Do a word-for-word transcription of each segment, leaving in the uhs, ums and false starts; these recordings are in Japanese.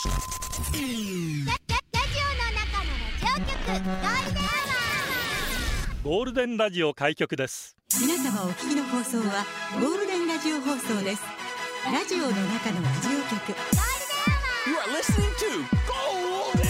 ゴールデンラジオ開局です。 皆様お聞きの放送はゴールデンラジオ放送です。ラジオの中のラジオ局 You are listening to Golden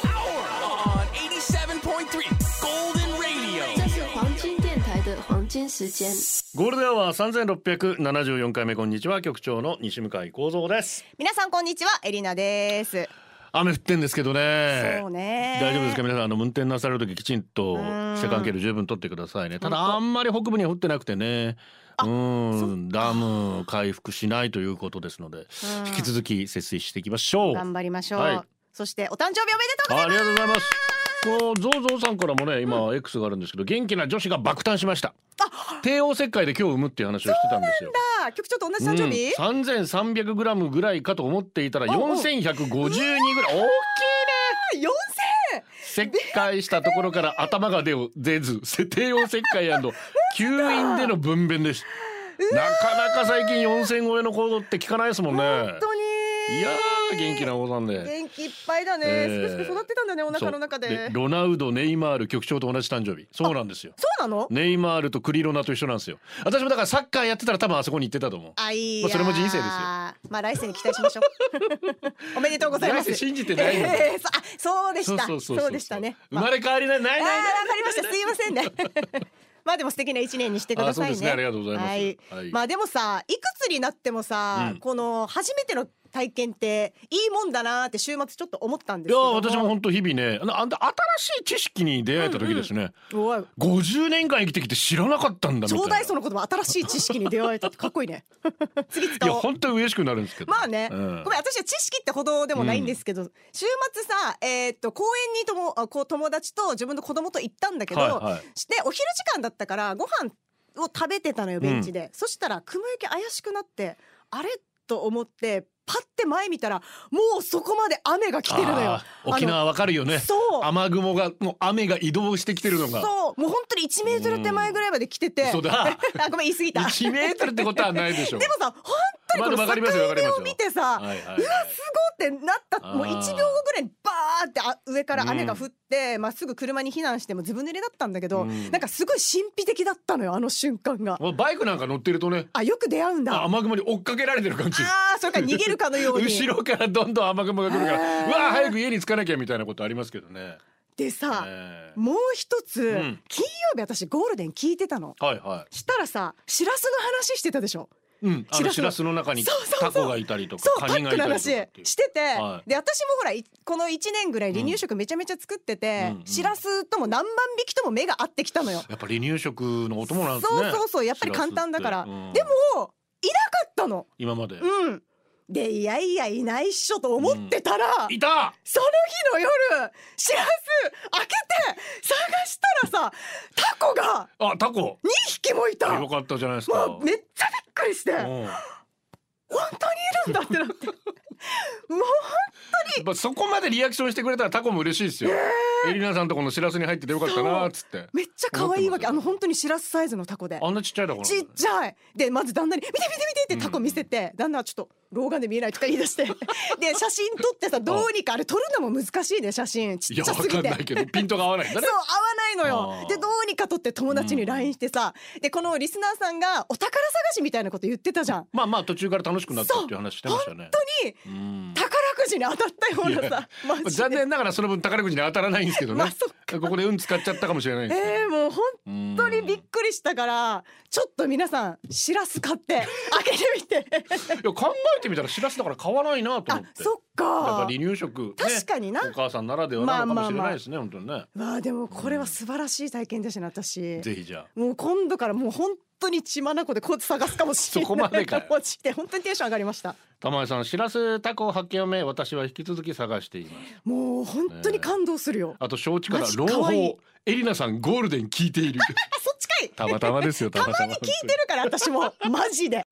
Hour on エイティセブンポイントスリー Golden Radio。 这是黄金電台的黄金時間。 ゴールデンアワーさんぜんろっぴゃくななじゅうよんかいめ、こんにちは。局長の西向井光三です。 皆さんこんにちは、エリナです。 雨降ってんですけどね。 そうね。 大丈夫ですか皆さん。あの運転なされるとききちんと車間距離十分取ってくださいね。ただあんまり北部には降ってなくてね、うんダム回復しないということですので、引き続き節水していきましょう。 頑張りましょう、はい、そしてお誕生日おめでとうございます。 ありがとうございます。こうゾウゾウさんからもね、今 X があるんですけど、元気な女子が爆誕しました。帝王切開で今日産むっていう話をしてたんですよ。 そうなんだ。局長と同じ誕生日、うん、 さんぜんさんびゃくグラム ぐらいかと思っていたらよんせんひゃくごじゅうにぐらい。大きいね。よんせん切開したところから頭が出ず帝王切開&吸引での分娩です。なかなか最近よんせん超えの行動って聞かないですもんね。 本当にいやー元気なお子さんで元気いっぱいだね、えー、すくすく育ってたんだね、お腹の中 で, でロナウド、ネイマール、局長と同じ誕生日。そうなんですよ。 そうなの。 ネイマールとクリロナと一緒なんですよ。私もだからサッカーやってたら多分あそこに行ってたと思う。 あ、いいや、 まあ、それも人生ですよ。 まあ来世に期待しましょうおめでとうございます。 来世信じてないの、 えー、そ, あそうでしたそうそうでしたね。 生まれ変わりないないないない。 わかりました、すいませんねまあでも素敵な一年にしてくださいね。 あ、そうですね、ありがとうございます、 はいはい、まあでもさ、いくつになってもさ、うん、この初めての体験っていいもんだなって週末ちょっと思ったんですけど。 いや私も本当日々ね、あの新しい知識に出会えた時ですね、うんうん、ごじゅうねんかん生きてきて知らなかったんだみたいな。 ちょうだいその言葉、新しい知識に出会えたってかっこいいね次使おう。 いや本当に嬉しくなるんですけど。 まあね、うん、ごめん、私は知識ってほどでもないんですけど、うん、週末さ、えー、っと公園にともこう友達と自分の子供と行ったんだけど、はいはい、してお昼時間だったからご飯を食べてたのよ、ベンチで、うん、そしたら雲行き怪しくなって、あれと思ってパッて前見たらもうそこまで雨が来てるのよ。 沖縄わかるよね。そう雨雲がもう雨が移動してきてるのが、 そうもう本当にいちメートル手前ぐらいまで来てて、 そうだあごめん言い過ぎたいちメートルってことはないでしょでもさ本当にこの境目を見てさ、うわすごってなった。もういちびょうごぐらいにバーってあ上から雨が降って、まあ、すぐ車に避難してもずぶ濡れだったんだけど、なんかすごい神秘的だったのよ、あの瞬間が。 バイクなんか乗ってるとね、 あよく出会うんだ。 雨雲に追っかけられてる感じ。 あそれから逃げるかのように後ろからどんどん雨雲が来るから、うわ早く家に着かなきゃみたいなことありますけどね。 でさ、えー、もう一つ、うん、金曜日私ゴールデン聞いてたの、はいはい、したらさしらすの話してたでしょ。 うん、あのしらすの中にタコがいたりとかカニがいたりとかしてて、はい、で私もほらこのいちねんぐらい離乳食めちゃめちゃ作ってて、うん、しらすとも何万匹とも目が合ってきたのよ。 やっぱ離乳食のお供なんですね。 そうそうそう、やっぱり簡単だから、うん、でもいなかったの今まで。 うんでいやいやいないっしょと思ってたら、 うん、いた。 その日の夜しらす開けて探したらさ、タコがあタコにひきもいた。 よかったじゃないですか。 もうめっちゃびっくりして、うん、本当にいるんだってなってもう本当にそこまでリアクションしてくれたらタコも嬉しいですよ、えー、エリナさんとこのしらすに入っててよかったなっつって。 めっちゃ可愛いわけ。あの本当にしらすサイズのタコで、 あんなちっちゃいだから、ね、 ちっちゃいで、まず旦那に見て見て見てってタコ見せて、うん、旦那はちょっと老眼で見えないとか言い出してで写真撮ってさ、どうにかあれ撮るのも難しいね、写真ちっちゃすぎて。いやわかんないけどピントが合わないんだねそう合わないのよ。でどうにか撮って友達に ライン してさ、うん、でこのリスナーさんがお宝探しみたいなこと言ってたじゃん。 まあまあ途中から楽しくなったっていう話してましたね。 本当に宝くじに当たったようなさ、 残念ながらその分宝くじに当たらないんですけどね、まあ、そっかここで運使っちゃったかもしれないです、ね、 えー、もう本当にびっくりしたから、ちょっと皆さんしらす買って開けてみていや考えてみたらしらすだから買わないなと思って。 あそっか、 やっぱ離乳食、ね、 確かにな、 お母さんならではなのかもしれないですね、まあまあまあ、本当にね。 まあでもこれは素晴らしい体験でしたね、私。 ぜひじゃあもう今度からもう本当に血眼でこう探すかもしれないそこまでか本当にテンション上がりました。 玉井さん、しらすタコ発見をめ私は引き続き探しています。 もう本当に感動するよ、 えー、あと承知から朗報、エリナさんゴールデン聞いているそっちかい。 たまたまですよ、たまたまたまに聞いてるから私もマジで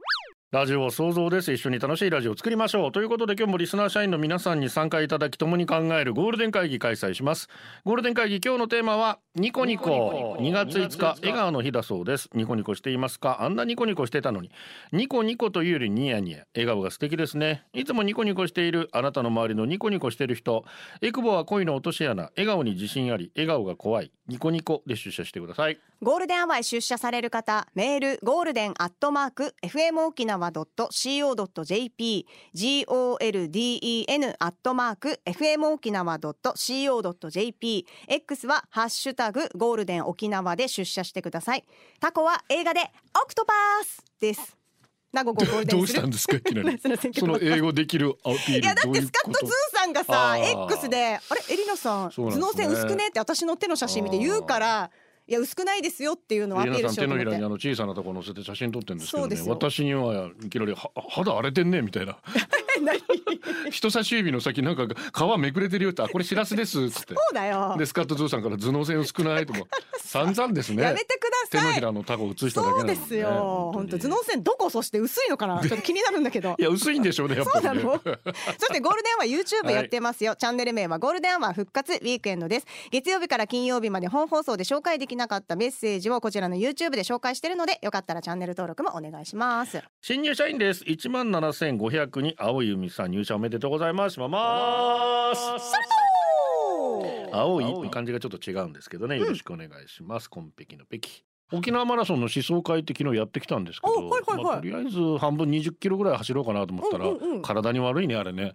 ラジオは想像です。一緒に楽しいラジオを作りましょうということで、今日もリスナー社員の皆さんに参加いただき共に考えるゴールデン会議開催します。ゴールデン会議、今日のテーマはニコニコ。にがついつか笑顔の日だそうです。ニコニコしていますか？あんなニコニコしてたのに。ニコニコというよりニヤニヤ、笑顔が素敵ですね。いつもニコニコしているあなたの周りのニコニコしている人、エクボは恋の落とし穴、笑顔に自信あり、笑顔が怖い、ニコニコで出社してください。 ゴールデンアワーへ出社される方、メールゴールデンアットマーク エフエム 沖縄 ドットシーオー ドット ジェーピー ゴールデン アットマーク エフエム 沖縄 ドットシーオー ドット ジェーピー X はハッシュタグゴールデン沖縄で出社してください。タコは映画でオクトパスです。名古屋ゴールデンどうしたんですかいきなりその英語できるアピール。 いやだってスカットズーさんがさあー X であれエリナさん、頭そうなんですね脳線薄くねって私の手の写真見て言うから、いや薄くないですよっていうのをアピールしようと思って。 手のひらにあの小さなところ載せて写真撮ってるんですけどね、 そうですよ私にはいきなりは肌荒れてんねみたいな何人差し指の先なんか皮めくれてるよって、あこれしらすですっつってそうだよ。 でスカットズーさんから頭脳線薄くないとも散々ですね。 やめてください。 手のひらのタコを映しただけなんで、ね、 そうですよ。本当頭脳線どこそして薄いのかなちょっと気になるんだけどいや薄いんでしょうねやっぱりね。 そうなのそしてゴールデンアワー YouTube やってますよ、はい、チャンネル名はゴールデンアワー復活ウィークエンドです。月曜日から金曜日まで本放送で紹介できなかったメッセージをこちらの YouTube で紹介しているので、よかったらチャンネル登録もお願いします。 新入社員です。いちまんななせんごひゃくに青い海さん入社おめでとうございます。まます青いの漢字がちょっと違うんですけどね、よろしくお願いします、うん、コンペキのペキ。沖縄マラソンの思想会って昨日やってきたんですけど、 はいはいはい、 まあ、とりあえず半分にじゅっキロぐらい走ろうかなと思ったら、うんうんうん、体に悪いねあれね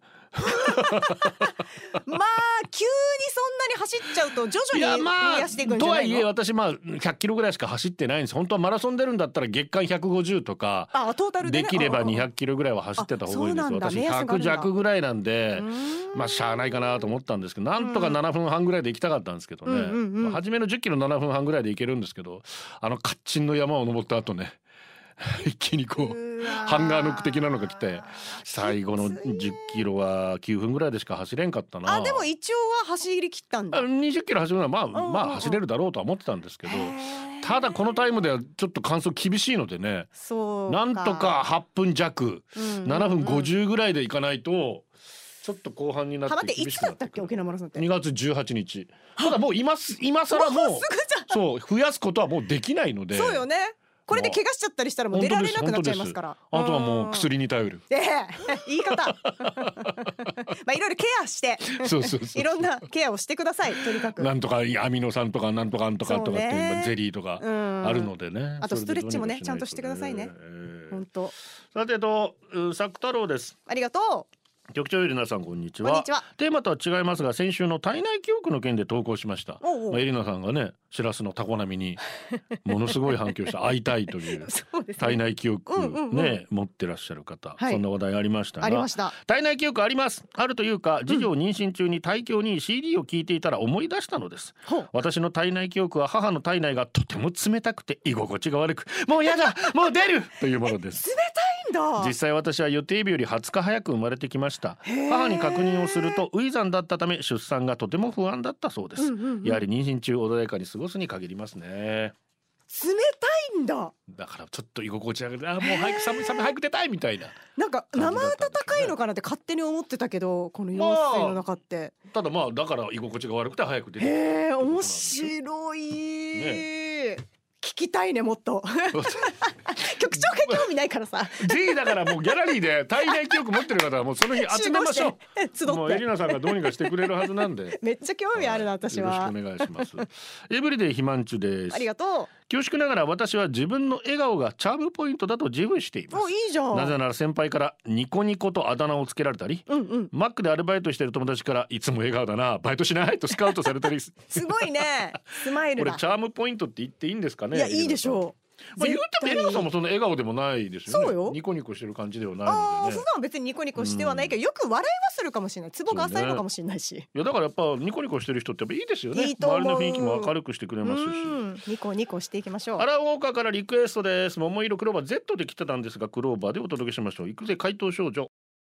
まあ急にそんなに走っちゃうと徐々に増やしていくんじゃないの。 とはいえ私まあひゃっキロぐらいしか走ってないんです。本当はマラソン出るんだったら月間ひゃくごじゅうとか、 あトータルで、ね、 できればにひゃっキロぐらいは走ってた方がいいんです。私ひゃく弱ぐらいなんでまあしゃあないかなと思ったんですけど、なんとかななふんはんぐらいで行きたかったんですけどね、うんうんうん、初めのじゅっキロななふんはんぐらいで行けるんですけど、あのカッチンの山を登った後ね一気にこうハンガーノック的なのが来て、最後のじゅっキロはきゅうふんぐらいでしか走れんかったな。 あでも一応は走り切ったんだ。 にじゅっキロ走るのはまあまあ走れるだろうとは思ってたんですけど、ただこのタイムではちょっと完走厳しいのでね、 そうなんとかはっぷん弱、うんうんうん、ななふんごじゅうぐらいでいかないとちょっと後半になって厳しくなってくる。いつだったっけ沖縄マラソンって。にがつじゅうはちにち。ただもう今今更もうもうすぐじゃん。 そう増やすことはもうできないので。 そうよね。これで怪我しちゃったりしたらもう出られなくなっちゃいますから。 あとはもう薬に頼る。 ええ言い方まあいろいろケアしてそうそうそういろんなケアをしてください。とにかくなんとかアミノ酸とかなんとかなんとかとかっていうゼリーとかあるのでね。 あとストレッチもねちゃんとしてくださいね。本当。 さてとサク太郎です。 ありがとう。 局長エリナさんこんにちは。 こんにちは。 テーマとは違いますが、先週の体内記憶の件で投稿しました。おうおう、まあ、エリナさんがねシラスのタコ並みにものすごい反響した会いたいという体内記憶ね、うんうんうん、持ってらっしゃる方、はい、そんな話題ありましたが、 ありました。 体内記憶あります。あるというか次女妊娠中に胎教に シーディー を聞いていたら思い出したのです、うん、私の体内記憶は母の体内がとても冷たくて居心地が悪く、もうやだもう出るというものです。 冷たいんだ。 実際私は予定日よりはつか早く生まれてきました。母に確認をすると初産だったため出産がとても不安だったそうです、うんうんうん、やはり妊娠中穏やかに過ごすに限りますね。 冷たいんだ。 だからちょっと居心地があもう早く寒い寒い早く出たいみたいな、 なんか生暖かいのかなって勝手に思ってたけど、この用水の中って、 まあ、ただまあだから居心地が悪くて早く出てる。 へー面白い、ね、聞きたいねもっと局長が興味ないからさぜひだからもうギャラリーで体内記憶持ってる方はもうその日集めましょう。もうエリナさんがどうにかしてくれるはずなんでめっちゃ興味あるな私は。 よろしくお願いします。エブリデイ肥満中です。 ありがとう。 恐縮ながら私は自分の笑顔がチャームポイントだと自負しています。 おいいじゃん。 なぜなら先輩からニコニコとあだ名をつけられたり、うんうん、マックでアルバイトしている友達からいつも笑顔だなバイトしないとスカウトされたりすごいねスマイルだ。 これチャームポイントって言っていいんですかね。 いやいいでしょう。 まあ、言うてもエリナさんもその笑顔でもないですよね。 そうよ。 ニコニコしてる感じではないのでね。 あ普段別にニコニコしてはないけど、うん、よく笑いはするかもしれない。ツボが浅いのかもしれないし、ね、 いやだからやっぱニコニコしてる人ってやっぱいいですよね。 いいと思う。 周りの雰囲気も明るくしてくれますし、 うんニコニコしていきましょう。 アラウォーカーからリクエストです。桃色クローバー Z で来てたんですがクローバーでお届けしましょう。行くぜ怪盗少女。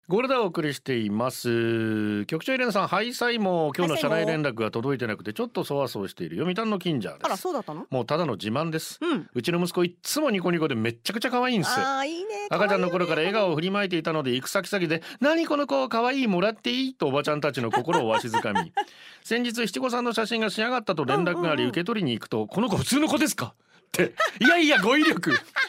ゴールドをお送りしています。局長エレナさん、ハイサイも今日の社内連絡が届いてなくてちょっとそわそわしている読谷の近所です。 あら、そうだったの？ もうただの自慢です、 うん、 うちの息子いっつもニコニコでめっちゃくちゃ可愛いんです。 あー、いいね。 赤ちゃんの頃から笑顔を振りまいていたので、行く先々で何この子可愛いもらっていいとおばちゃんたちの心をわしづかみ先日七五三の写真が仕上がったと連絡があり、受け取りに行くと、この子普通の子ですかっていやいや語彙力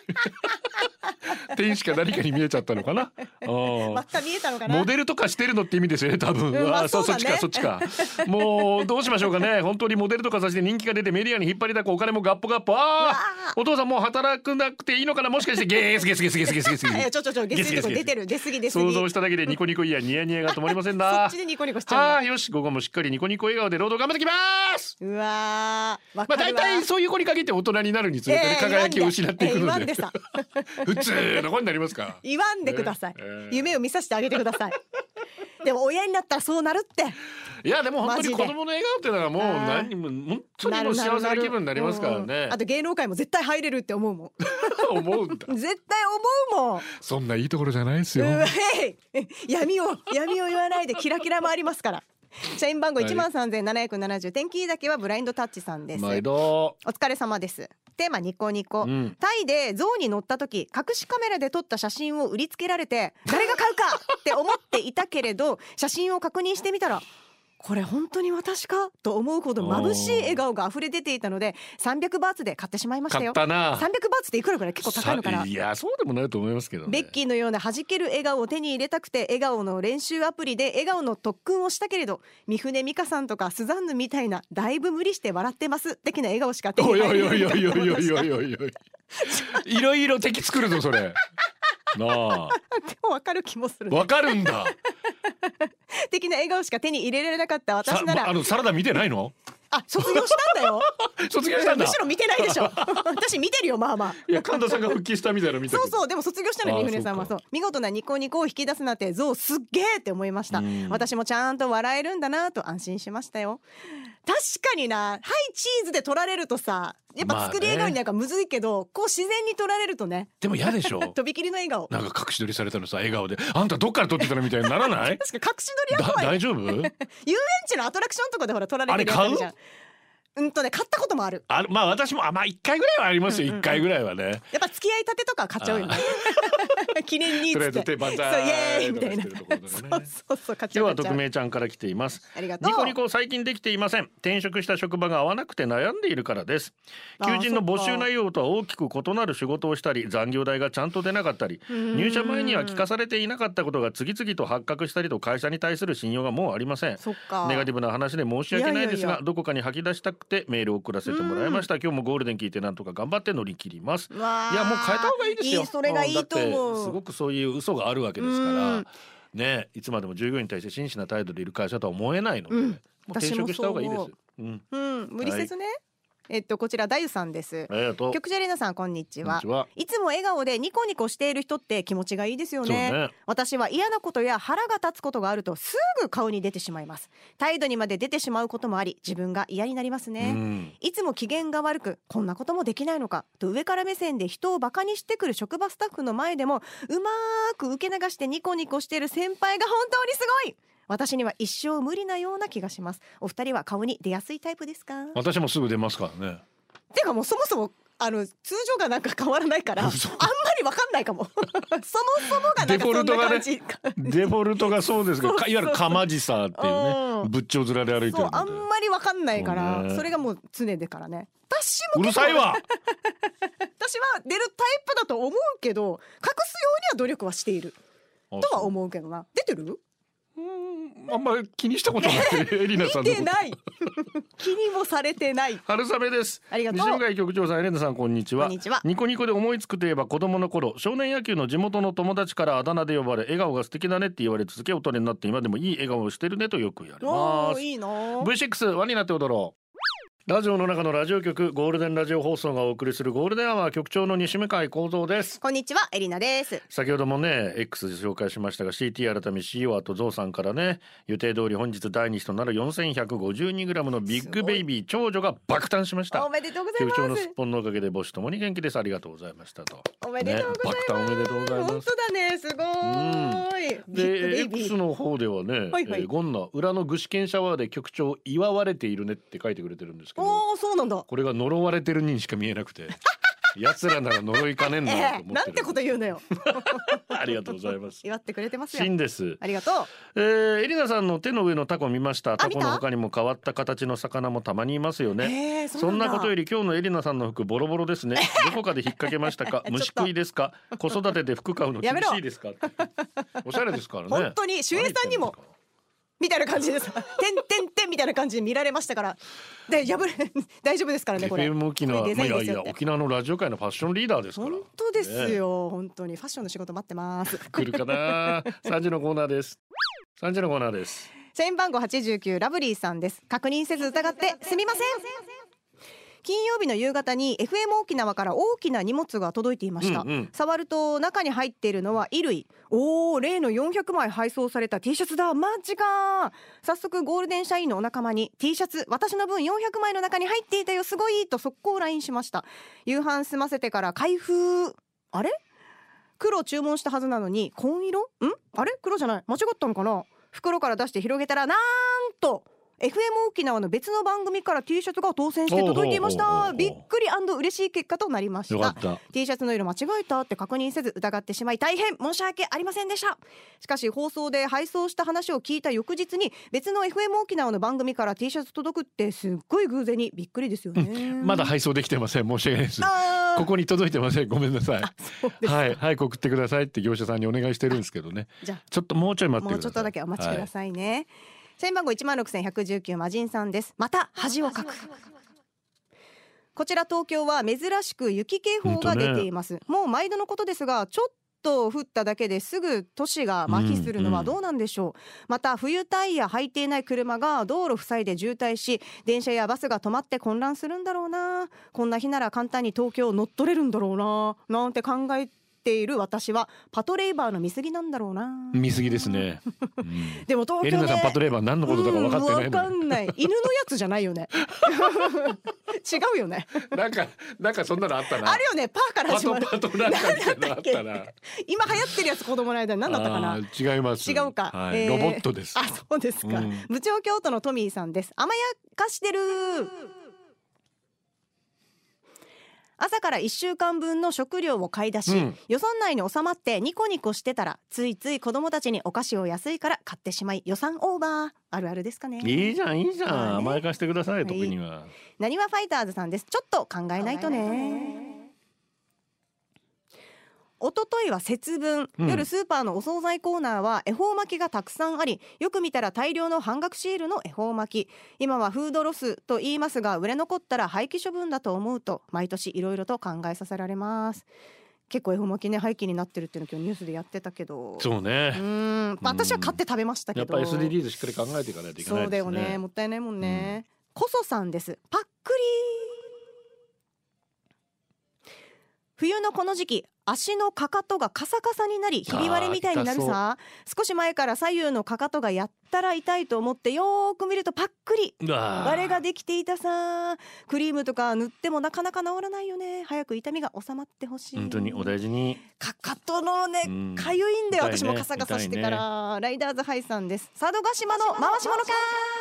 天使か何かに見えちゃったのかな。 また見えたのかな。 モデルとかしてるのって意味ですよね、多分、 うん、まあ、 そ, そうだね、 そっちかそっちかもうどうしましょうかね。本当にモデルとかさせて人気が出てメディアに引っ張りだこ、お金もガッポガッポ。ああ、お父さんもう働くなくていいのかな、もしかしてゲースゲスゲスゲスゲスゲスゲスいやちょちょちょゲスいとこ出てる、出過ぎ出過ぎ。 想像しただけでニコニコいやニヤニヤが止まりませんなそっちでニコニコしちゃうんだ。 あ、よし、午後もしっかりニコニコ笑顔で労働頑張ってきます。 うわー、わまあ大体そういう子に限って大人になるにつれて、ね、えー、輝きを失っていくので、えー、 で普通の子になりますか。 言わんでください、 えー、 夢を見させてあげてくださいでも親になったらそうなるって。 いやでも本当に子供の笑顔っていうのはもう何も本当にもう幸せな気分になりますからね。 あと芸能界も絶対入れるって思うもん思うんだ。 絶対思うもん。 そんないいところじゃないですよ。 闇を闇を言わないで、キラキラもありますから。社員番号 いちまんさんぜんななひゃくななじゅう、天気だけはブラインドタッチさんです。 毎度お疲れ様です。テーマニコニコ、うん、タイで象に乗った時、隠しカメラで撮った写真を売りつけられて、誰が買うかって思っていたけれど写真を確認してみたら、これ本当に私かと思うほど眩しい笑顔が溢れ出ていたので、さんびゃくバーツで買ってしまいましたよ。 買ったな。 さんびゃくバーツっていくらぐらい？結構高いのかな。 いやそうでもないと思いますけどね。 ベッキーのような弾ける笑顔を手に入れたくて、笑顔の練習アプリで笑顔の特訓をしたけれど、三船美佳さんとかスザンヌみたいなだいぶ無理して笑ってます的な笑顔しか手に入らない。 おいおいおいおいおいおいおいおいおいいろいろ敵作るぞそれなあ。 でも分かる気もする、 ね、分かるんだ的な笑顔しか手に入れられなかった私なら。 あのサラダ見てないの？ あ、卒業したんだよ卒業したんだ。 むしろ見てないでしょ私見てるよ、まあまあ。 いや神田さんが復帰したみたいな見たけど。 そうそう、でも卒業したのに三船さんは。そう、見事なニコニコを引き出すなんて象すっげーって思いました。私もちゃんと笑えるんだなと安心しましたよ。確かにな、はいチーズで取られるとさ、やっぱ作り笑顔になんかむずいけど、まあね、こう自然に取られるとね。 でも嫌でしょとびきりの笑顔なんか隠し撮りされたのさ、笑顔であんたどっから撮ってたのみたいにならない確か隠し撮りは怖い。 大丈夫遊園地のアトラクションとかでほら撮られてるやつあるじゃん。うんとね、買ったこともある。 ある、まあ私もあまあいっかいぐらいはありますよ。うんうんうん、いっかいぐらいはね。 やっぱ付き合いたてとか買っちゃうよね記念にっつって、とりあえず手バンザーイ、そうイエーイみたいな、ね、そうそうそう、買っちゃう。 今日は匿名ちゃんから来ています。 ありがとう。 ニコニコ最近できていません。転職した職場が合わなくて悩んでいるからです。求人の募集内容とは大きく異なる仕事をしたり、残業代がちゃんと出なかったり、入社前には聞かされていなかったことが次々と発覚したりと、会社に対する信用がもうありません。 そっか、 ネガティブな話で申し訳ないですが、いやいやいや、どこかに吐き出したくてメールを送らせてもらいました。今日もゴールデン聞いてなんとか頑張って乗り切ります。いやもう変えた方がいいですよ。 いい、それがいいと思う。 だってすごくそういう嘘があるわけですからね。いつまでも従業員に対して真摯な態度でいる会社とは思えないので、うん、もう転職した方がいいです。 うんうん、無理せずね、はい。えっとこちらダユさんです。 ありがとう。 局長エレナさん、こんにちは。いつも笑顔でニコニコしている人って気持ちがいいですよ ね, ね。私は嫌なことや腹が立つことがあるとすぐ顔に出てしまいます。態度にまで出てしまうこともあり、自分が嫌になりますね、うん、いつも機嫌が悪く、こんなこともできないのかと上から目線で人をバカにしてくる職場スタッフの前でもうまーく受け流してニコニコしている先輩が本当にすごい。私には一生無理なような気がします。お二人は顔に出やすいタイプですか？ 私もすぐ出ますからね。 てかもうそもそもあの通常がなんか変わらないからあんまり分かんないかもそもそもがなんかそんな感じ。 デフォルトがそうですけど、いわゆるかまじさっていうね、仏頂面で歩いてるので、 そうあんまり分かんないから、ね、それがもう常でからね。私もうるさいわ私は出るタイプだと思うけど、隠すようには努力はしているとは思うけどな。出てる？ うーん、あんまり気にしたことないエリナさんの見てない気にもされてない。 春雨です。 ありがとう。 西向井局長さん、エレナさん、こんにちは。 こんにちは。 ニコニコで思いつくといえば、子供の頃少年野球の地元の友達からあだ名で呼ばれ、笑顔が素敵だねって言われ続け、大人になって今でもいい笑顔をしてるねとよく言われます。 いいな。 ブイシックス 輪になって踊ろう。 ラジオの中のラジオ局、ゴールデンラジオ放送がお送りするゴールデンアワー、局長の西向井光三です。 こんにちは、エリナです。 先ほどもね X で紹介しましたが シーティー 改め シーオー とゾウさんからね、予定通り本日第二子となる よんせんひゃくごじゅうにグラム のビッグベイビー長女が爆誕しました。 おめでとうございます。 局長のすっぽんのおかげで母子ともに元気です。ありがとうございましたと。 おめでとうございます、 ね、爆誕おめでとうございます。 本当だね、すごーい、 うん、で X の方ではね、はいはい、えー、ゴンナ裏の具志堅シャワーで局長祝われているねって書いてくれてるんですけど、 おー、そうなんだ。 これが呪われてるにしか見えなくて奴らなら呪いかねんなと思ってる、 えー、なんてこと言うのよありがとうございます。 祝ってくれてますよ。 シンです。 ありがとう。 えー、エリナさんの手の上のタコ見ました。タコの他にも変わった形の魚もたまにいますよね。 えー、そ, そんなことより今日のエリナさんの服ボロボロですね。どこかで引っ掛けましたか虫食いですか子育てで服買うの厳しいですかおしゃれですからね。 本当に守衛さんにもみたいな感じです。てんてんてんみたいな感じで見られましたから。で、破れ大丈夫ですからねこれ。 エフエム 沖縄、いやいや沖縄のラジオ界のファッションリーダーですから。 本当ですよ、ね、本当にファッションの仕事待ってます。 来るかな。さんじのコーナーです。さんじのコーナーです。 社員番号はちじゅうきゅうラブリーさんです。確認せず疑ってすみません。金曜日の夕方に エフエム 沖縄から大きな荷物が届いていました、うんうん、触ると中に入っているのは衣類。おー、例のよんひゃくまい配送された T シャツだ。マジか。早速ゴールデン社員のお仲間に T シャツ私の分よんひゃくまいの中に入っていたよ、すごいと速攻 ライン しました。夕飯済ませてから開封。あれ、黒注文したはずなのに紺色。んあれ、黒じゃない、間違ったのかな。袋から出して広げたらなんとエフエム 沖縄の別の番組から T シャツが当選して届いていました。びっくり&嬉しい結果となりました。 T シャツの色間違えたって確認せず疑ってしまい大変申し訳ありませんでした。しかし放送で配送した話を聞いた翌日に別の エフエム 沖縄の番組から T シャツ届くってすっごい偶然にびっくりですよね、 うん、まだ配送できてません。申し訳ないです。ここに届いてません。ごめんなさい。はい、早く送ってくださいって業者さんにお願いしてるんですけどね。じゃちょっともうちょい待ってください。もうちょっとだけお待ちくださいね、はい。社員番号 いちまんろくせんひゃくじゅうきゅう マジンさんです。また恥をかく。こちら東京は珍しく雪警報が出ています、ね、もう毎度のことですがちょっと降っただけですぐ都市が麻痺するのはどうなんでしょう、うんうん、また冬タイヤ履いていない車が道路塞いで渋滞し電車やバスが止まって混乱するんだろうな。こんな日なら簡単に東京を乗っ取れるんだろうななんて考えている私はパトレーバーの見過ぎなんだろうな。見過ぎですね、うん、でも東京ね、エリナさんパトレーバー何のことだか分かってないの、うん、分かんない。犬のやつじゃないよね違うよね。なんかなんかそんなのあったな。あるよね、パーから始まるパトパトなんかってのあったな。今流行ってるやつ子供の間に何だったかな。違います。違うか、はい、えー、ロボットです。あ、そうですか、うん、部長京都のトミーさんです。甘やかしてる。朝からいっしゅうかんぶんの食料を買い出し、うん、予算内に収まってニコニコしてたらついつい子供たちにお菓子を安いから買ってしまい予算オーバー。あるあるですかね。いいじゃんいいじゃん、まあね、甘やかしてください。特にはなにわファイターズさんです。ちょっと考えないとね。おとといは節分、うん、夜スーパーのお惣菜コーナーは恵方巻きがたくさんあり、よく見たら大量の半額シールの恵方巻き。今はフードロスと言いますが売れ残ったら廃棄処分だと思うと毎年いろいろと考えさせられます。結構恵方巻きね廃棄になってるっていうの今日ニュースでやってたけど、そうね、うん、まあ、私は買って食べましたけど、やっぱり エスディージーズ しっかり考えていかないといけないですね。そうだよね、もったいないもんね、うん、こそさんです。パックリ。冬のこの時期足のかかとがカサカサになりひび割れみたいになるさ。少し前から左右のかかとがやったら痛いと思ってよーく見るとパックリ割れができていたさ。クリームとか塗ってもなかなか治らないよね。早く痛みが収まってほしい。本当にお大事に。かかとのねかゆいんだよ、私もカサカサしてから、ね、ライダーズハイさんです。佐渡島の回し物か。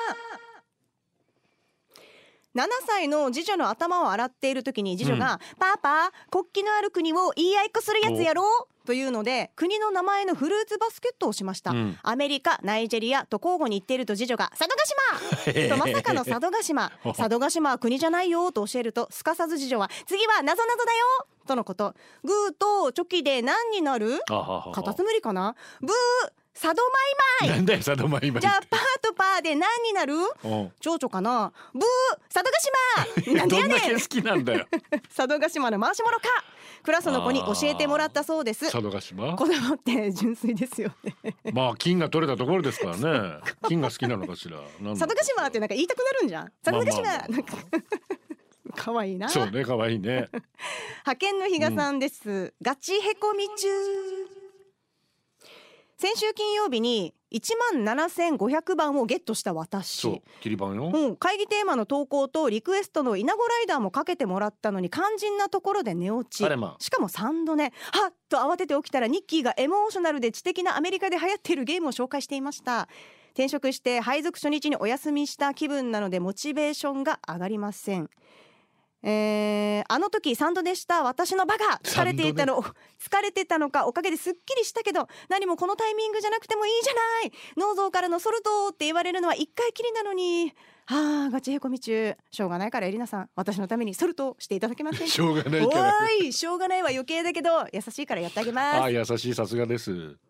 ななさいの次女の頭を洗っている時に次女が、うん、パパ国旗のある国を言い合いっこするやつやろうというので国の名前のフルーツバスケットをしました、うん、アメリカナイジェリアと交互に言っていると次女が佐渡島とまさかの佐渡島佐渡島は国じゃないよと教えるとすかさず次女は次はなぞなぞだよとのこと。グーとチョキで何になる？カタツムリかな。ブー佐渡マイマイ。なんだよ佐渡マイマイ。じゃあパーとパーで何になる？蝶々かな。ブー佐渡島。なんでやねん。どんだけ好きなんだよ佐渡島の回し物か。 クラスの子に教えてもらったそうです。 佐渡島子供って純粋ですよね。 まあ金が取れたところですからね。金が好きなのかしら。 佐渡島ってなんか言いたくなるんじゃん。佐渡島、 まあまあまあなんか可愛いな。 そうね、可愛いね。 派遣の比嘉さんです、うん、ガチへこみ中。先週金曜日にいちまんななせんごひゃくばんをゲットした私。 そう、切り番よ、 うん、会議テーマの投稿とリクエストのイナゴライダーもかけてもらったのに肝心なところで寝落ち、 まあ、 しかもさんど寝。はっと慌てて起きたらニッキーがエモーショナルで知的なアメリカで流行っているゲームを紹介していました。転職して配属初日にお休みした気分なのでモチベーションが上がりません。えー、あの時さんどでした私のバカ、疲れていたの疲れてたのかおかげですっきりしたけど、何もこのタイミングじゃなくてもいいじゃない、脳臓からのソルトって言われるのはいっかいきりなのに。はあ、ガチへこみ中。しょうがないからエリナさん、私のためにソルトしていただけませんか。 しょうがないから。 おい、しょうがないは余計だけど優しいからやってあげます。 ああ、優しい、さすがです。 ソルト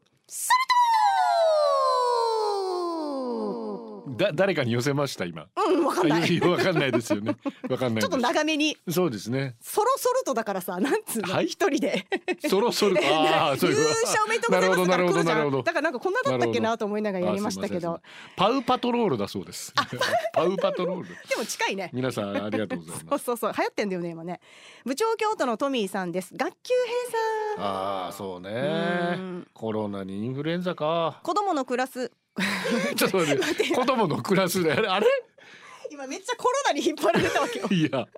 だ誰かに寄せました今。 うん、わかんない。 わかんないですよね。わかんない。 ちょっと長めに。 そうですね。 ソロソルトだからさ、なんつうの、はい、一人でソロソルト。ああ、そういう。 優勝おめでとうございます。 なるほど、なるほど。 だからなんかこんなだったっけなと思いながらやりましたけど。 パウパトロールだそうです。パウパトロール。 でも近いね。 皆さんありがとうございます。 そうそうそう、流行ってんだよね今ね。部長京都のトミーさんです。学級閉鎖。 ああ、そうね。コロナにインフルエンザか。 子供のクラス。 ちょっと待って、子供のクラスであれ今めっちゃコロナに引っ張られたわけよ。 いや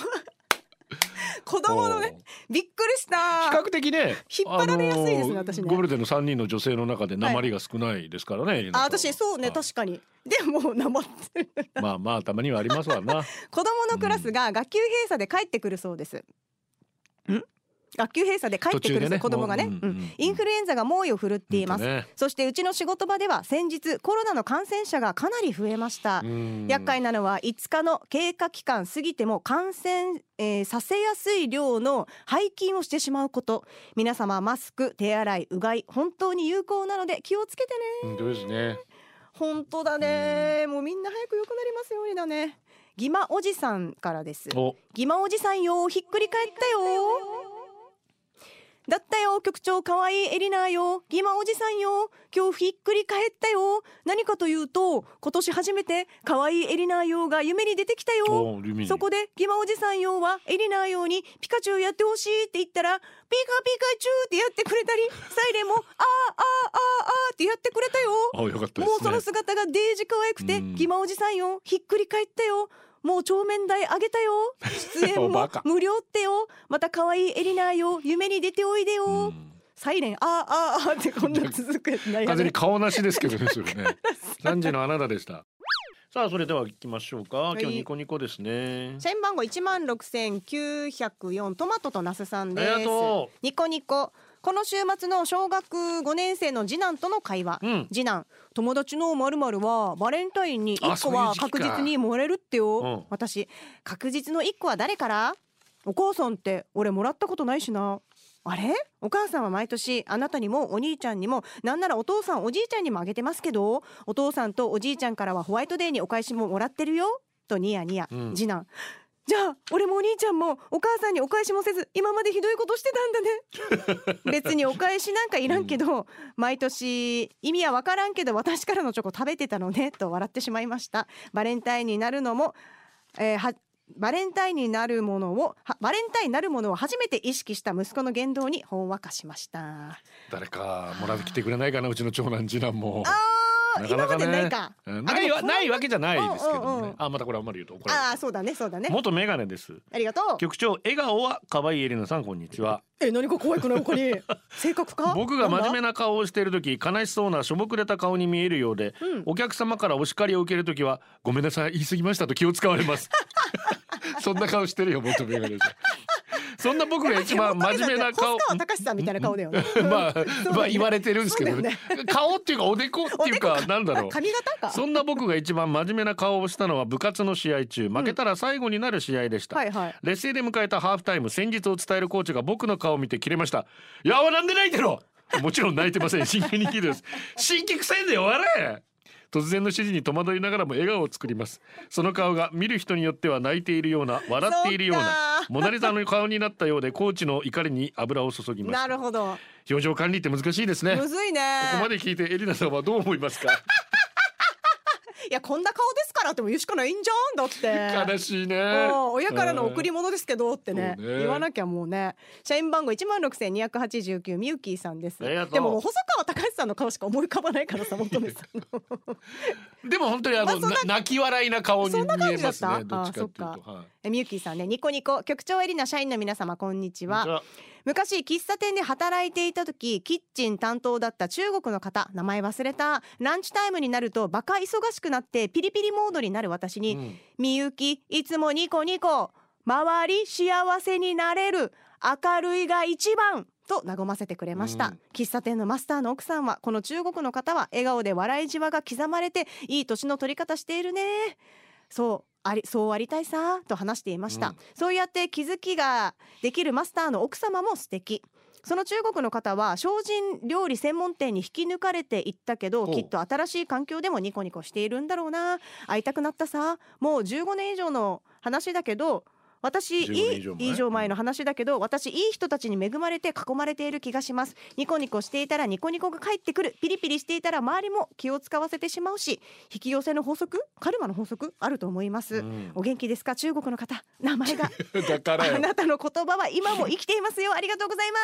子供のね、びっくりした。 比較的ね引っ張られやすいですね、私ね。 ゴールデンのさんにんの女性の中で訛りが少ないですからね、はい、 あ、私そうね、確かに。でもなまってるまあまあたまにはありますわな。 子供のクラスが学級閉鎖で帰ってくるそうです、うん、学級閉鎖で帰ってくる、ね、子供がね、うんうんうん、インフルエンザが猛威を振るっています、ね、そしてうちの仕事場では先日コロナの感染者がかなり増えました。厄介なのはいつかの経過期間過ぎても感染、えー、させやすい量の背筋をしてしまうこと。皆様マスク、手洗い、うがい本当に有効なので気をつけてね。 本当ですね。 本当だね。もうみんな早く良くなりますようにだね。ギマおじさんからです。ギマおじさんよ、ひっくり返ったよ。だったよ局長、かわいいエリナーよ。ギマおじさんよ、今日ひっくり返ったよ。何かというと今年初めてかわいいエリナーよが夢に出てきたよ。そこでギマおじさんよはエリナーよにピカチュウやってほしいって言ったらピカピカチュウってやってくれたり、サイレンもあーあーあーあーってやってくれたよ。 あ、よかったですね。 もうその姿がデージ可愛くて、ギマおじさんよひっくり返ったよ。もう帳面台あげたよ。出演も無料ってよ。また可愛いエリナーよ、夢に出ておいでよ。サイレンあーあーあーってこんな続くやつないよね。 完全に顔なしですけどねそれね。三時のあなたでした。さあそれでは行きましょうか、はい、今日ニコニコですね。 社員番号いちまんろくせんきゅうひゃくよんトマトとナスさんです。 ありがとう。 ニコニコ。この週末の小学ごねん生の次男との会話、うん、次男、友達の〇〇はバレンタインにいっこは確実にもらえるってよ、うん、私確実のいっこは誰から？お母さんって俺もらったことないしな。あれ？お母さんは毎年あなたにもお兄ちゃんにもなんならお父さんおじいちゃんにもあげてますけど、お父さんとおじいちゃんからはホワイトデーにお返しももらってるよとニヤニヤ、うん、次男、じゃあ俺もお兄ちゃんもお母さんにお返しもせず今までひどいことしてたんだね。別にお返しなんかいらんけど、うん、毎年意味はわからんけど私からのチョコ食べてたのねと笑ってしまいました。バレンタインになるのも、えー、はバレンタインになるものをバレンタインになるものを初めて意識した息子の言動にほんわかしました。 誰かもらってきてくれないかな、うちの長男次男も。 あなかなかね、今までないか。 ないわ、ないわけじゃないですけどね。うんうんうん、あ、またこれあんまり言うと怒られる。 あ、そうだねそうだね。 元メガネです。 ありがとう。 局長、笑顔は可愛いエリナさん、こんにちは。 え、何か怖いくない他に性格か。 僕が真面目な顔をしているとき、悲しそうなしょぼくれた顔に見えるようで、うん、お客様からお叱りを受けるときはごめんなさい言い過ぎましたと気を使われますそんな顔してるよ元メガネさん。そんな僕が一番真面目な顔、 星川隆さんみたいな顔だよね。 まあ、まあ言われてるんですけどね。顔っていうかおでこっていうかなんだろう。 髪型か。 そんな僕が一番真面目な顔をしたのは部活の試合中、負けたら最後になる試合でした。はいはい、劣勢で迎えたハーフタイム、戦術を伝えるコーチが僕の顔を見て切れました。いや、なんで泣いてろ。もちろん泣いてません。真剣に聞いてます。新規くせんで終われ。 突然の指示に戸惑いながらも笑顔を作ります。その顔が見る人によっては泣いているような、笑っているような、モナリザの顔になったようで、コーチの怒りに油を注ぎました。 なるほど。 表情管理って難しいですね。 むずいね。 ここまで聞いてエリナさんはどう思いますか？ いや、こんな顔ですからっても言うしかないんじゃん。だって悲しいね。 親からの贈り物ですけどってね、 そうね言わなきゃもうね。社員番号いちまんろくせんにひゃくはちじゅうきゅうみゆきーさんです。 ありがとう。 でももう細川隆史さんの顔しか思い浮かばないからさ、求めさんのでも本当にあの、まあ、泣き笑いな顔に見えますね。どっちかっていうと、 あ、そっか。 はい、 えみゆきーさんね、ニコニコ。局長エリナ、社員の皆様こんにちは。昔喫茶店で働いていた時、キッチン担当だった中国の方、名前忘れた。ランチタイムになるとバカ忙しくなってピリピリモードになる私に、うん、みゆきいつもニコニコ、周り幸せになれる、明るいが一番と和ませてくれました、うん、喫茶店のマスターの奥さんは、この中国の方は笑顔で笑いじわが刻まれて、いい年の取り方しているね、そうありそうありたいさと話していました、うん、そうやって気づきができるマスターの奥様も素敵。その中国の方は精進料理専門店に引き抜かれていったけど、きっと新しい環境でもニコニコしているんだろうな。会いたくなったさ。もうじゅうごねん以上の話だけど、私いい以上前の話だけど、私いい人たちに恵まれて囲まれている気がします。ニコニコしていたらニコニコが返ってくる。ピリピリしていたら周りも気を使わせてしまうし、引き寄せの法則、カルマの法則あると思います、うん、お元気ですか中国の方。名前がだからあなたの言葉は今も生きていますよ。ありがとうございます。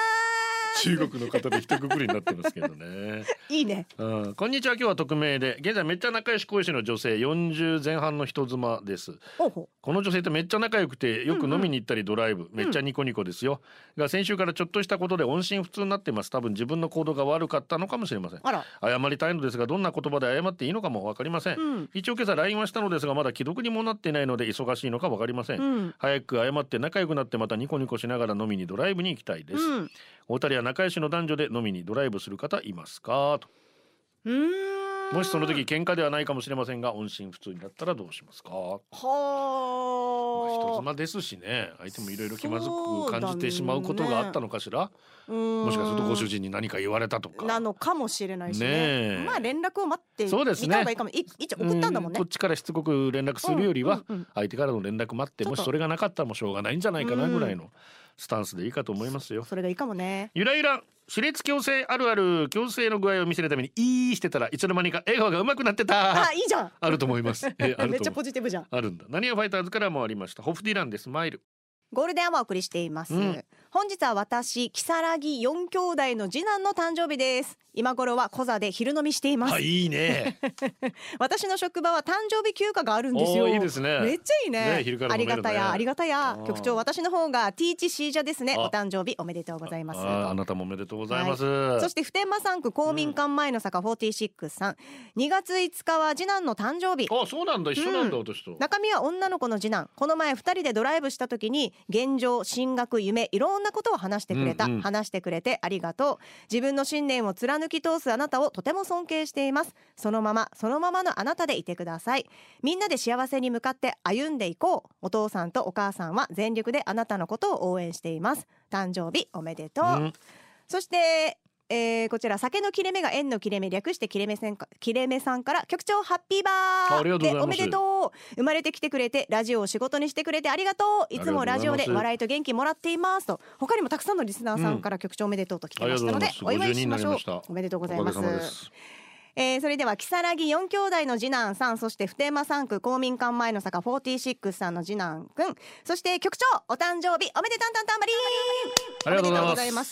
中国の方で一括りになってますけどねいいね、 うん、こんにちは。今日は匿名で、現在めっちゃ仲良し恋しの女性よんじゅうぜん半の人妻です。 ほうほう。この女性とめっちゃ仲良くて、よく飲みに行ったりドライブ、うんうん、めっちゃニコニコですよ、うん、が先週からちょっとしたことで音信不通になっています。多分自分の行動が悪かったのかもしれません。 あら、 謝りたいのですが、どんな言葉で謝っていいのかも分かりません、うん、一応今朝 ライン はしたのですが、まだ既読にもなっていないので忙しいのか分かりません、うん、早く謝って仲良くなって、またニコニコしながら飲みにドライブに行きたいです、うん、お二人は仲良しの男女で飲みにドライブする方いますかと。 うーん、 もしその時喧嘩ではないかもしれませんが、音信不通になったらどうしますか。はあ、人妻ですしね、相手もいろいろ気まずく感じてしまうことがあったのかしら、ね、もしかするとご主人に何か言われたとかなのかもしれないしね, ねまあ連絡を待ってみた方がいいかも、 ね、 一応送ったんだもんね。 こっちからしつこく連絡するよりは、うんうんうん、相手からの連絡待って、もしそれがなかったらもうしょうがないんじゃないかなぐらいのスタンスでいいかと思いますよ。 そ, それがいいかもね。 ゆらゆら歯列矯正あるある。矯正の具合を見せるためにいいしてたらいつの間にか笑顔が上手くなってた。 あ、いいじゃん。 あると思います。えあるとめっちゃポジティブじゃん。 あるんだ。何やファイターズからもありました。ホフディランでスマイル。 ゴールデンアワーお送りしています、うん、本日は私木更木よん兄弟の次男の誕生日です。今頃はコザで昼飲みしています。 あ、いいね私の職場は誕生日休暇があるんですよ。 いいですね。 めっちゃいい ね, ね, 昼から飲めるね。ありがたやありがたや。局長、私の方がティーチシージャですね。お誕生日おめでとうございます。 あ, あなたもおめでとうございます、 はい、そして普天間産区公民館前の坂よんじゅうろくさん、にがついつかは次男の誕生日。 あ、そうなんだ、一緒なんだ、うん、私と。 中身は女の子の次男。この前ふたりでドライブした時に現状、進学、夢、いろんなことを話してくれた、うんうん、話してくれてありがとう。自分の信念を貫き通すあなたをとても尊敬しています。そのままそのままのあなたでいてください。みんなで幸せに向かって歩んでいこう。お父さんとお母さんは全力であなたのことを応援しています。誕生日おめでとう、うん、そしてえー、こちら酒の切れ目が縁の切れ目、略して切れ目さんか切れ目さんから、局長ハッピーバーでおめでとう。生まれてきてくれてラジオを仕事にしてくれてありがとう。いつもラジオで笑いと元気もらっていますと。他にもたくさんのリスナーさんから局長おめでとうと来てましたので、うん、お祝いしましょう。おめでとうございます。えー、それでは木更木よん兄弟の次男さん、そして普天間産区公民館前の坂よんじゅうろくさんの次男くん、そして局長お誕生日おめでたんたんたんばりー。 ありがとうございます。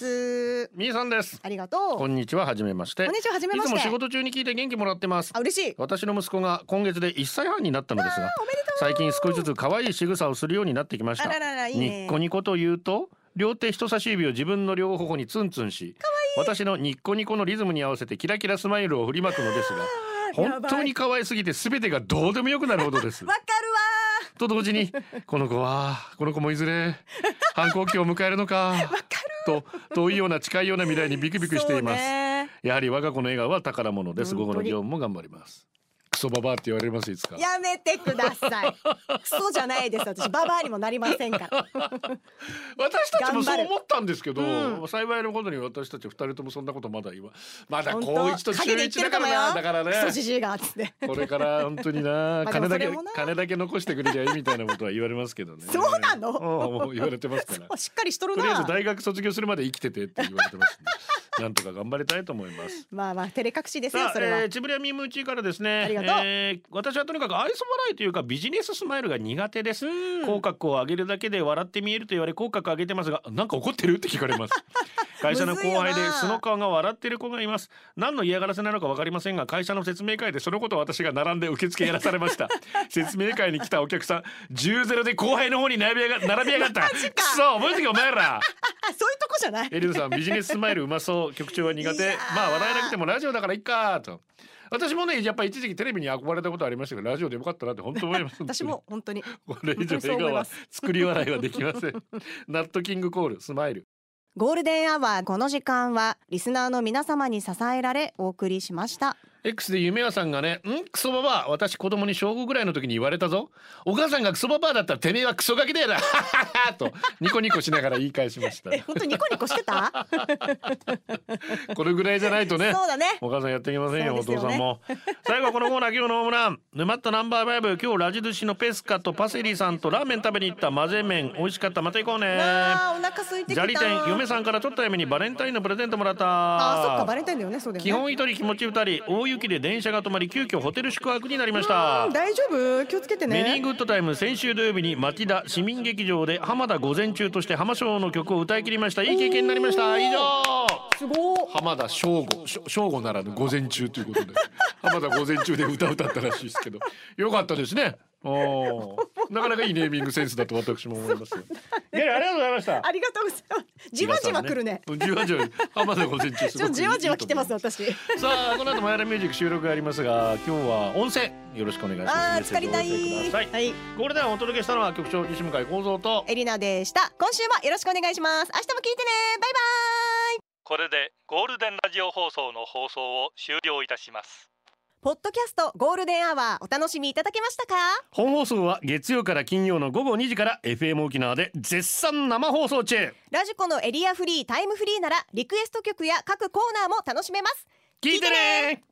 みーさんです。 ありがとう。 こんにちは、はじめまして。 こんにちは、はじめまして。 いつも仕事中に聞いて元気もらってます。 あ、嬉しい。 私の息子が今月でいっさいはんになったのですが、最近少しずつ可愛い仕草をするようになってきました。 あららら、いいね。 ニッコニコというと、両手人差し指を自分の両頬にツンツンし、私のニッコニコのリズムに合わせてキラキラスマイルを振りまくのですが、本当に可愛すぎて全てがどうでもよくなるほどです。 わかるわと同時に、この子はこの子もいずれ反抗期を迎えるのかと遠いような近いような未来にビクビクしています。やはり我が子の笑顔は宝物です。午後の業務も頑張ります。クソババアって言われますいつか。 やめてください。クソじゃないです私。ババアにもなりませんから。 私たちもそう思ったんですけど、 うん、 幸いのことに私たち二人ともそんなことまだ今まだ本当高一と中一だからな。だからね。 クソじじいがっつって。 これから本当にな金だけ金だけ残してくれりゃいいみたいなことは言われますけどね。 そうなの？ もう言われてますから。 しっかりしとるな。 とりあえず大学卒業するまで生きててって言われてますんで。なんとか頑張りたいと思います。 まあまあ照れ隠しですよそれは。 えー、ちぶりやみむうちからですね。 ありがとう。 えー、私はとにかく愛想笑いというかビジネススマイルが苦手です。口角を上げるだけで笑って見えると言われ口角上げてますが、なんか怒ってるって聞かれます。会社の後輩で素の顔が笑っている子がいます。何の嫌がらせなのか分かりませんが、会社の説明会でそのことを私が並んで受付やらされました。説明会に来たお客さんじゅうたいゼロで後輩の方に並びやが並びやがった。くそ覚えてけお前ら。 そういうとこじゃない。 エリノさんビジネススマイルうまそう。局長は苦手。まあ笑えなくてもラジオだからいっかと。私もねやっぱり一時期テレビに憧れたことありましたけど、ラジオでよかったなって本当思います。 私も本当にこれ以上笑顔は作り笑いはできません。ナットキングコールスマイル。 ゴールデンアワーこの時間はリスナーの皆様に支えられお送りしました。 X で夢屋さんがね、んクソババア私子供に小ごぐらいの時に言われたぞ。お母さんがクソババアだったらてめえはクソガキだよなとニコニコしながら言い返しました。 え本当ニコニコしてたこれぐらいじゃないとね。 そうだね。 お母さんやっていけませんよ、 そうですよね。 お父さんも。最後はこのコーナー今日のホームラン沼ったナンバーファイブ。今日ラジ寿司のペスカとパセリさんとラーメン食べに行った。混ぜ麺美味しかった。また行こうね。 あーお腹空いてきた。 砂利店嫁さんからちょっとやめにバレンタインのプレゼントもらった。 あそっかバレンタインだよね。そうだよね。 基本一人気持ち二人。大雪で電車が止まり急遽ホテル宿泊になりました。 大丈夫気をつけてね。 メニーグッドタイム先週土曜日に町田市民劇場で浜田午前中として浜翔の曲を歌い切りました。いい経験になりました。以上。 すごい。 浜田正午正午ならぬ午前中ということで浜田午前中で歌歌ったらしいですけどよかったですね。おなかなかいいネーミングセンスだと私も思いますよ。ゲリありがとうございました。 ありがとうございます。じわじわ来るね。 じわじわ浜田午前中すごくいい。 じわじわ来てます私。 さあこの後もやらミュージック収録がありますが、今日は音声よろしくお願いします。 あー浸かりたい。 はい。ゴールデンをお届けしたのは局長西向井光三とエリナでした。今週もよろしくお願いします。明日も聞いてね。バイバイ。 これでゴールデンラジオ放送の放送を終了いたします。 ポッドキャストゴールデンアワーお楽しみいただけましたか？ 本放送は月曜から金曜の午後にじから エフエム 沖縄で絶賛生放送中。 ラジコのエリアフリータイムフリーならリクエスト曲や各コーナーも楽しめます。 聞いてね。